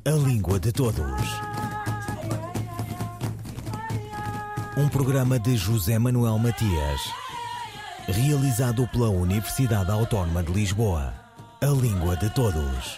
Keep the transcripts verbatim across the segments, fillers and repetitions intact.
A Língua de Todos. Um programa de José Manuel Matias, realizado pela Universidade Autónoma de Lisboa. A Língua de Todos.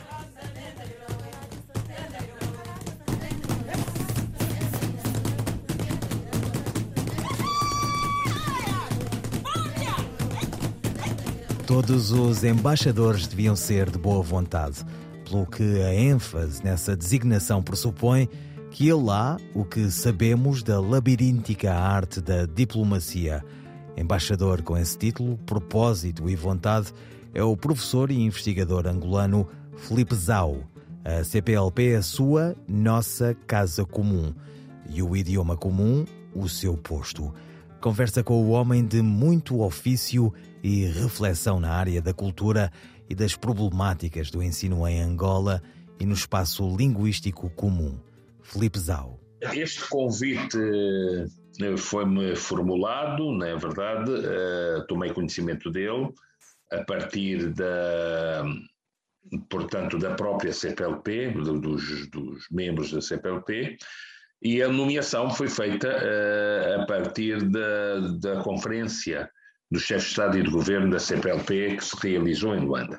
Todos os embaixadores deviam ser de boa vontade, pelo que a ênfase nessa designação pressupõe que é lá o que sabemos da labiríntica arte da diplomacia. Embaixador com esse título, propósito e vontade é o professor e investigador angolano Filipe Zau. A C P L P é a sua, nossa casa comum e o idioma comum, o seu posto. Conversa com o homem de muito ofício e reflexão na área da cultura e das problemáticas do ensino em Angola e no espaço linguístico comum. Filipe Zau. Este convite foi-me formulado, na verdade, tomei conhecimento dele a partir da, portanto, da própria C P L P, dos, dos membros da C P L P, e a nomeação foi feita a partir da, da conferência do chefe de Estado e de Governo da C P L P que se realizou em Luanda.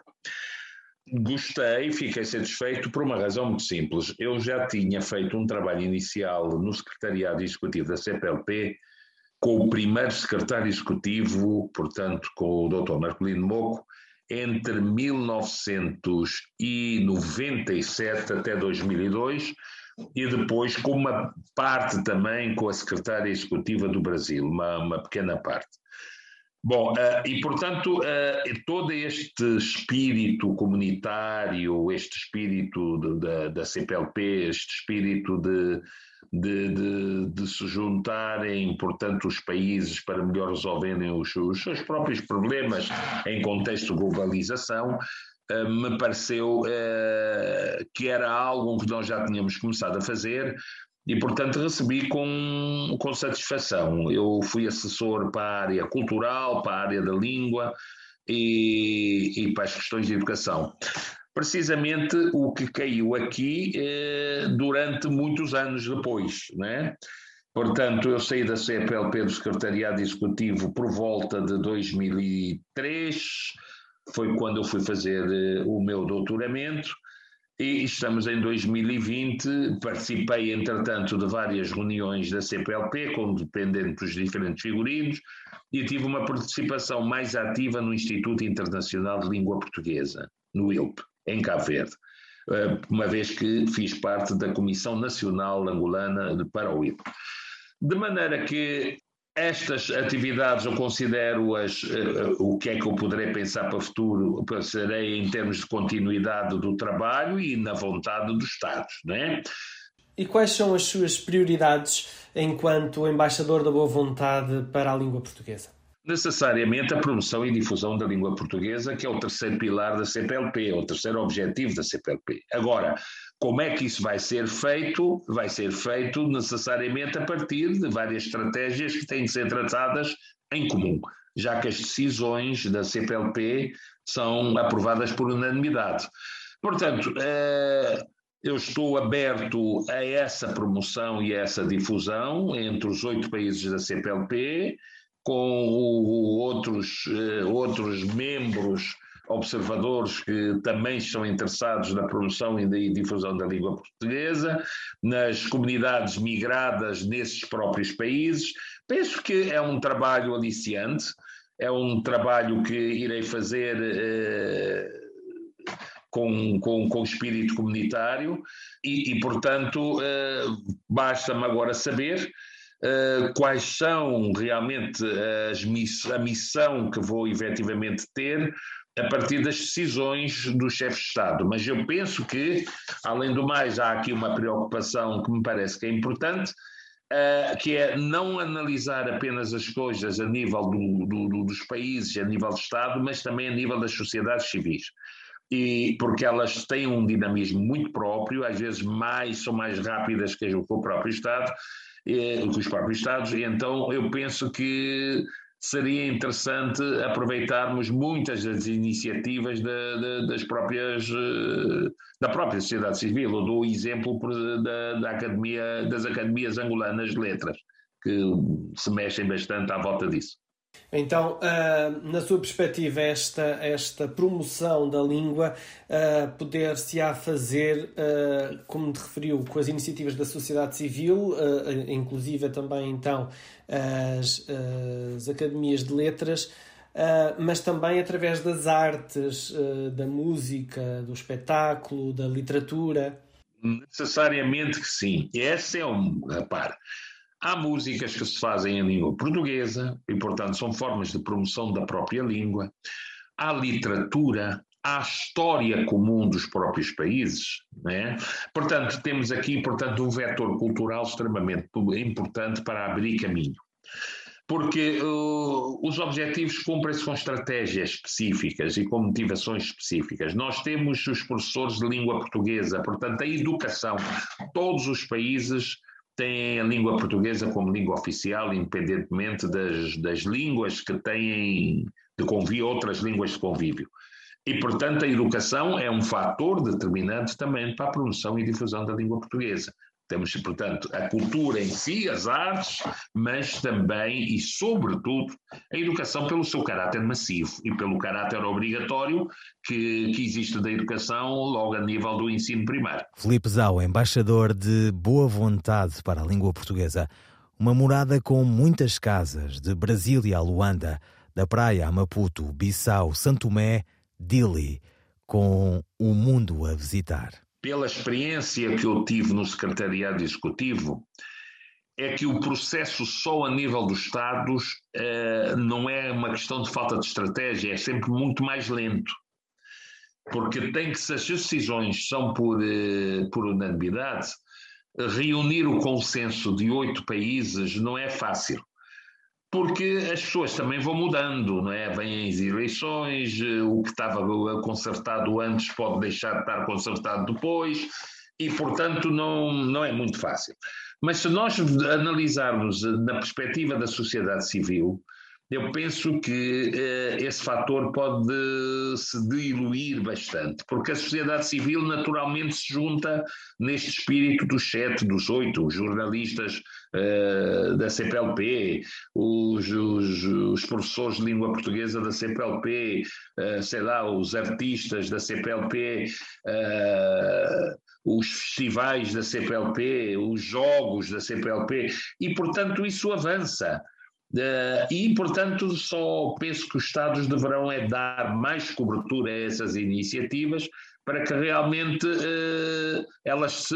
Gostei, fiquei satisfeito por uma razão muito simples. Eu já tinha feito um trabalho inicial no secretariado executivo da C P L P com o primeiro secretário executivo, portanto com o doutor Marcolino Moco, entre mil novecentos e noventa e sete até dois mil e dois, e depois com uma parte também com a secretária executiva do Brasil, uma, uma pequena parte. Bom, uh, e portanto, uh, todo este espírito comunitário, este espírito de, de, da C P L P, este espírito de, de, de, de se juntarem, portanto, os países para melhor resolverem os, os seus próprios problemas em contexto de globalização, uh, me pareceu uh, que era algo que nós já tínhamos começado a fazer. E, portanto, recebi com, com satisfação. Eu fui assessor para a área cultural, para a área da língua e, e para as questões de educação. Precisamente o que caiu aqui eh, durante muitos anos depois, né? Portanto, eu saí da C P L P do Secretariado Executivo por volta de dois mil e três, foi quando eu fui fazer eh, o meu doutoramento. E estamos em dois mil e vinte, participei, entretanto, de várias reuniões da C P L P, com dependentes dos diferentes figurinos, e tive uma participação mais ativa no Instituto Internacional de Língua Portuguesa, no I L P, em Cabo Verde, uma vez que fiz parte da Comissão Nacional Angolana para o I L P. De maneira que estas atividades eu considero-as, uh, o que é que eu poderei pensar para o futuro, pensarei em termos de continuidade do trabalho e na vontade dos Estados, não é? E quais são as suas prioridades enquanto embaixador da boa vontade para a língua portuguesa? Necessariamente a promoção e difusão da língua portuguesa, que é o terceiro pilar da C P L P, é o terceiro objetivo da C P L P. Agora, como é que isso vai ser feito? Vai ser feito necessariamente a partir de várias estratégias que têm de ser tratadas em comum, já que as decisões da C P L P são aprovadas por unanimidade. Portanto, eu estou aberto a essa promoção e a essa difusão entre os oito países da C P L P, com outros, outros membros observadores que também estão interessados na promoção e difusão da língua portuguesa, nas comunidades migradas nesses próprios países. Penso que é um trabalho aliciante, é um trabalho que irei fazer eh, com, com, com espírito comunitário e, e portanto, eh, basta-me agora saber Uh, quais são realmente as miss- a missão que vou efetivamente ter a partir das decisões do chefe de Estado. Mas eu penso que, além do mais, há aqui uma preocupação que me parece que é importante, uh, que é não analisar apenas as coisas a nível do, do, do, dos países, a nível do Estado, mas também a nível das sociedades civis. E porque elas têm um dinamismo muito próprio, às vezes mais, são mais rápidas que o próprio Estado, que os próprios Estados, e então eu penso que seria interessante aproveitarmos muitas das iniciativas de, de, das próprias, da própria sociedade civil. Eu dou o exemplo da, da academia, das academias angolanas de letras, que se mexem bastante à volta disso. Então, na sua perspectiva, esta, esta promoção da língua poder-se-á fazer, como te referiu, com as iniciativas da sociedade civil, inclusive também, então, as, as academias de letras, mas também através das artes, da música, do espetáculo, da literatura? Necessariamente que sim. Essa é uma parte. Há músicas que se fazem em língua portuguesa e, portanto, são formas de promoção da própria língua. Há literatura, há história comum dos próprios países, né? Portanto, temos aqui, portanto, um vetor cultural extremamente importante para abrir caminho. Porque uh, os objetivos cumprem-se com estratégias específicas e com motivações específicas. Nós temos os professores de língua portuguesa, portanto, a educação, todos os países têm a língua portuguesa como língua oficial, independentemente das, das línguas que têm de convívio, outras línguas de convívio. E, portanto, a educação é um fator determinante também para a promoção e difusão da língua portuguesa. Temos, portanto, a cultura em si, as artes, mas também e, sobretudo, a educação pelo seu caráter massivo e pelo caráter obrigatório que, que existe da educação logo a nível do ensino primário. Filipe Zau, embaixador de boa vontade para a língua portuguesa. Uma morada com muitas casas, de Brasília a Luanda, da Praia a Maputo, Bissau, Santo Tomé, Dili, com o mundo a visitar. Pela experiência que eu tive no secretariado executivo, é que o processo só a nível dos Estados eh, não é uma questão de falta de estratégia, é sempre muito mais lento. Porque tem que, se as decisões são por, eh, por unanimidade, reunir o consenso de oito países não é fácil. Porque as pessoas também vão mudando, não é? Vêm as eleições, o que estava concertado antes pode deixar de estar concertado depois e, portanto, não, não é muito fácil. Mas se nós analisarmos na perspectiva da sociedade civil, eu penso que eh, esse fator pode se diluir bastante, porque a sociedade civil naturalmente se junta neste espírito dos sete, dos oito, os jornalistas eh, da C P L P, os, os, os professores de língua portuguesa da C P L P, eh, sei lá, os artistas da C P L P, eh, os festivais da C P L P, os jogos da C P L P, e portanto isso avança. Uh, e, portanto, só penso que os Estados deverão é dar mais cobertura a essas iniciativas para que realmente uh, elas se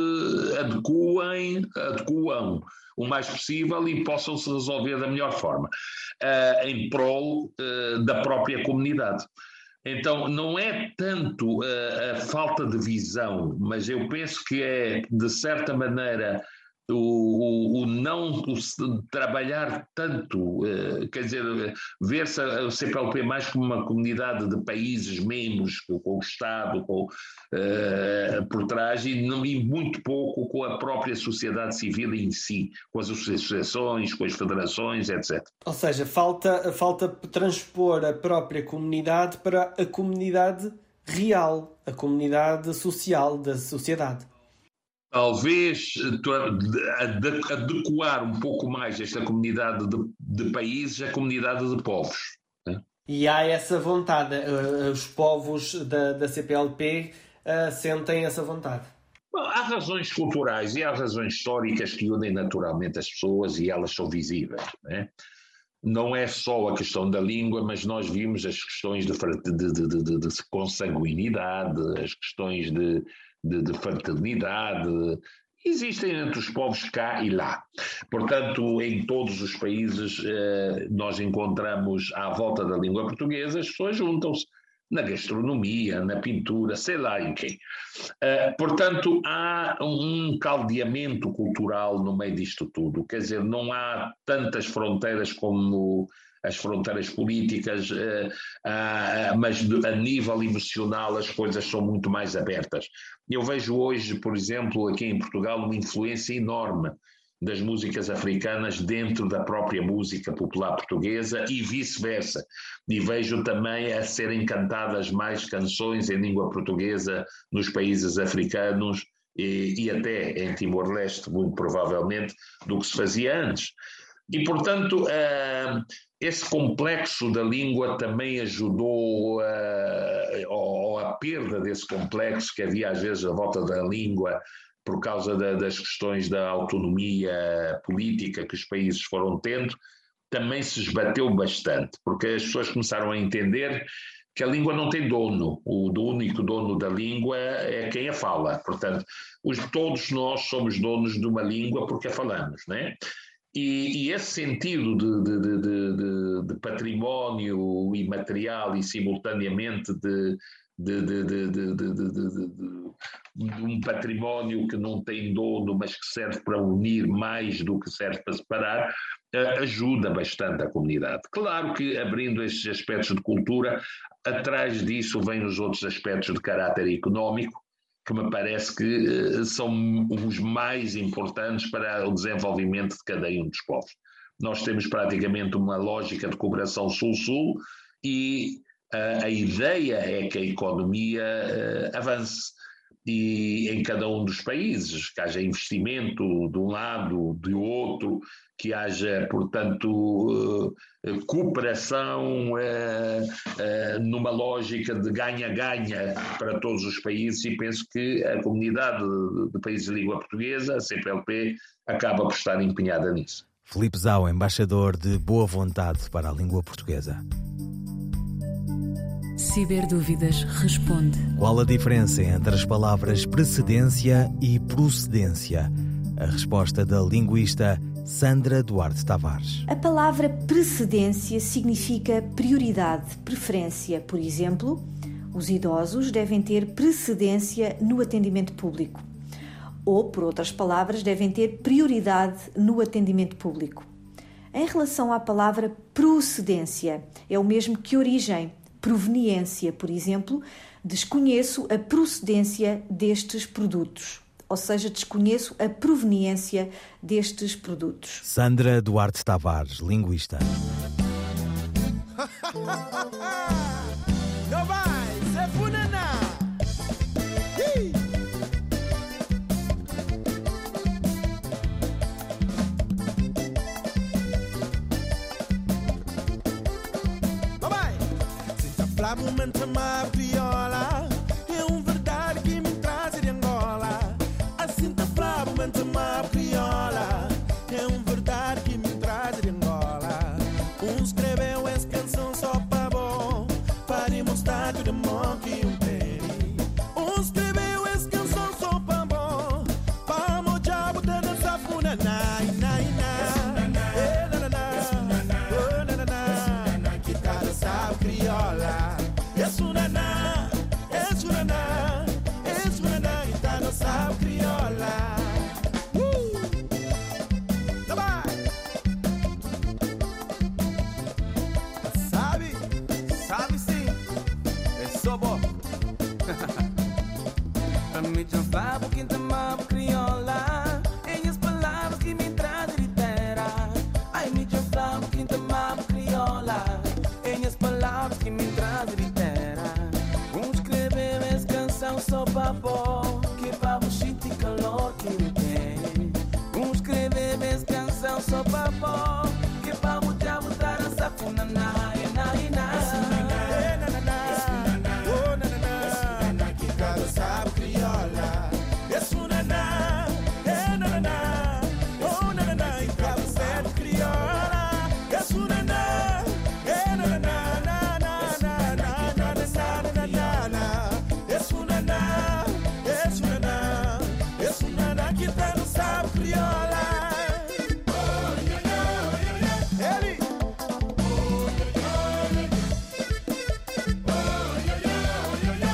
adequem, adequam o mais possível e possam se resolver da melhor forma, uh, em prol uh, da própria comunidade. Então, não é tanto uh, a falta de visão, mas eu penso que é, de certa maneira, O, o, o não o trabalhar tanto, uh, quer dizer, ver-se a C P L P mais como uma comunidade de países membros, com, com o Estado com, uh, por trás, e, não, e muito pouco com a própria sociedade civil em si, com as associações, com as federações, etcétera. Ou seja, falta, falta transpor a própria comunidade para a comunidade real, a comunidade social da sociedade. Talvez adequar um pouco mais esta comunidade de, de países à comunidade de povos. Né? E há essa vontade, os povos da, da C P L P uh, sentem essa vontade. Bom, há razões culturais e há razões históricas que unem naturalmente as pessoas e elas são visíveis. Né? Não é só a questão da língua, mas nós vimos as questões de, de, de, de, de consanguinidade, as questões de De, de fraternidade, existem entre os povos cá e lá. Portanto, em todos os países eh, nós encontramos à volta da língua portuguesa, as pessoas juntam-se na gastronomia, na pintura, sei lá em quem. Eh, portanto, há um caldeamento cultural no meio disto tudo, quer dizer, não há tantas fronteiras como as fronteiras políticas, uh, uh, mas a nível emocional as coisas são muito mais abertas. Eu vejo hoje, por exemplo, aqui em Portugal, uma influência enorme das músicas africanas dentro da própria música popular portuguesa e vice-versa. E vejo também a serem cantadas mais canções em língua portuguesa nos países africanos e, e até em Timor-Leste, muito provavelmente, do que se fazia antes. E, portanto, uh, esse complexo da língua também ajudou, uh, ou a perda desse complexo que havia às vezes à volta da língua, por causa da, das questões da autonomia política que os países foram tendo, também se esbateu bastante, porque as pessoas começaram a entender que a língua não tem dono, o único dono da língua é quem a fala. Portanto, os, todos nós somos donos de uma língua porque a falamos, não é? E, e esse sentido de, de, de, de, de património imaterial e simultaneamente de De, de, de, de, de, de, de, de um património que não tem dono, mas que serve para unir mais do que serve para separar, ajuda bastante a comunidade. Claro que, abrindo estes aspectos de cultura, atrás disso vêm os outros aspectos de caráter económico, que me parece que são os mais importantes para o desenvolvimento de cada um dos povos. Nós temos praticamente uma lógica de cooperação sul-sul e Uh, a ideia é que a economia uh, avance e em cada um dos países, que haja investimento de um lado, de outro, que haja, portanto, uh, uh, cooperação uh, uh, numa lógica de ganha-ganha para todos os países, e penso que a comunidade de, de países de língua portuguesa, a C P L P, acaba por estar empenhada nisso. Filipe Zau, embaixador de boa vontade para a língua portuguesa. Ciberdúvidas responde. Qual a diferença entre as palavras precedência e procedência? A resposta da linguista Sandra Duarte Tavares. A palavra precedência significa prioridade, preferência. Por exemplo, os idosos devem ter precedência no atendimento público. Ou, por outras palavras, devem ter prioridade no atendimento público. Em relação à palavra procedência, é o mesmo que origem. Proveniência, por exemplo, desconheço a procedência destes produtos. Ou seja, desconheço a proveniência destes produtos. Sandra Duarte Tavares, linguista. Momento amar criola é um verdade que me traz de Angola. Assim tá flá, momento amar criola é um verdade que me traz de Angola. Um escreveu essa canção só para bom, para demonstrar que o demônio que um tem. Um escreveu essa canção só para bom, para mojar botar nessa funa, nai, nai, nai. É, na, na, na, oh, na, na, na, que cada sabe criola. Es una na, es una na, es una na, e tá no sabe criola. Uh! Tá bem. Sabe? Sabe sim. É só bom. A mim já falo que te mamo criola. Em as palavras que me trazem de terra. Ai, me já falo que te mamo criola. Em as palavras que me trazem de terra. Só papo que vamos sentir calor que me tem. Um escrever essa canção só papo que vamos já botar essa funa na na na. Oh na na na que cada sabe criola. Es una na, é na na. Oh na na e cada sabe criola. Es una na, é na na na na na na na na na na. Es una na, es una na, es una na que tá no sabe criola. Oh, yeah, yeah, yeah, yeah. Ele. Oh, yeah, yeah, yeah. Oh, yeah, yeah, yeah,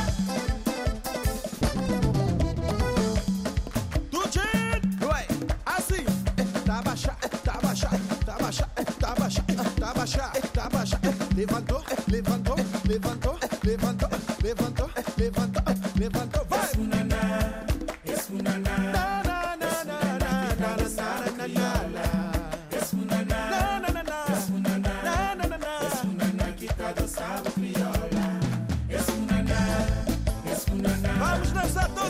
yeah. Do jeito, ué, assim. Tá baixa, tá baixa, tá baixa, tá baixa, tá baixa, tá baixa. Levantou, levantou, levantou, levantou, levantou, levantou, levantou, vai! Es una na, es una na, na na na na na na na na.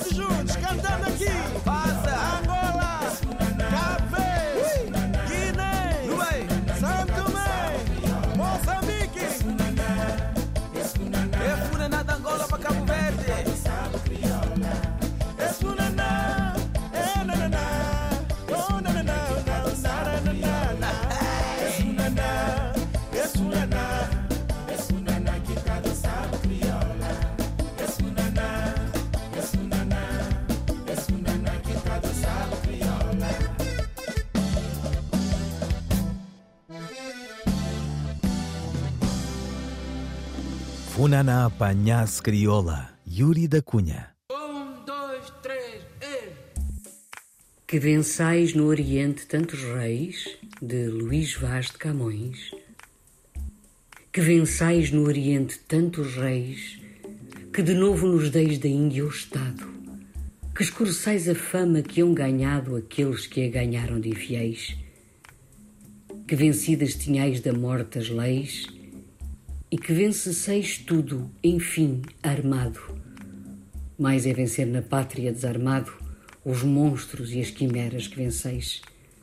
todos juntos, cantando aqui. Passa. Angola, Cabo Verde, Guiné, Santo Tomé, Moçambique. É funaná da Angola para Cabo Verde. É funaná, é nananá, oh nananá, nananá, é funaná, é funaná, é funaná que tá dançando crioula. É funaná, é funaná, é funaná que tá dançando crioula. Funaná Panhas Crioula, Yuri da Cunha. Um, dois, três, e... Que vençais no Oriente tantos reis, de Luís Vaz de Camões. Que vençais no Oriente tantos reis, que de novo nos deis da Índia o Estado. Que escureçais a fama que hão ganhado aqueles que a ganharam de infiéis. Que vencidas tinhais da morte as leis, e que vencesseis tudo, enfim, armado. Mais é vencer na pátria desarmado os monstros e as quimeras que venceis.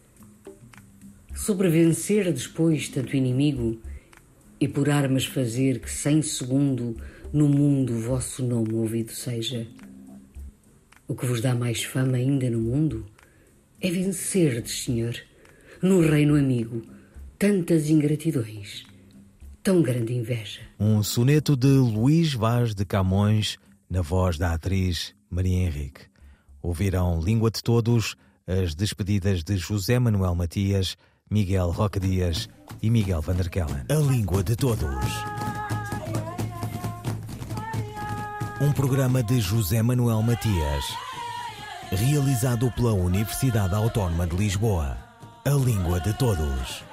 Sobrevencer depois tanto inimigo, e por armas fazer que sem segundo no mundo o vosso nome ouvido seja. O que vos dá mais fama ainda no mundo é vencerdes, Senhor, no reino amigo, tantas ingratidões, tão grande inveja. Um soneto de Luís Vaz de Camões, na voz da atriz Maria Henrique. Ouvirão Língua de Todos, as despedidas de José Manuel Matias, Miguel Roque Dias e Miguel van der Kellen. A Língua de Todos. Um programa de José Manuel Matias, realizado pela Universidade Autónoma de Lisboa. A Língua de Todos.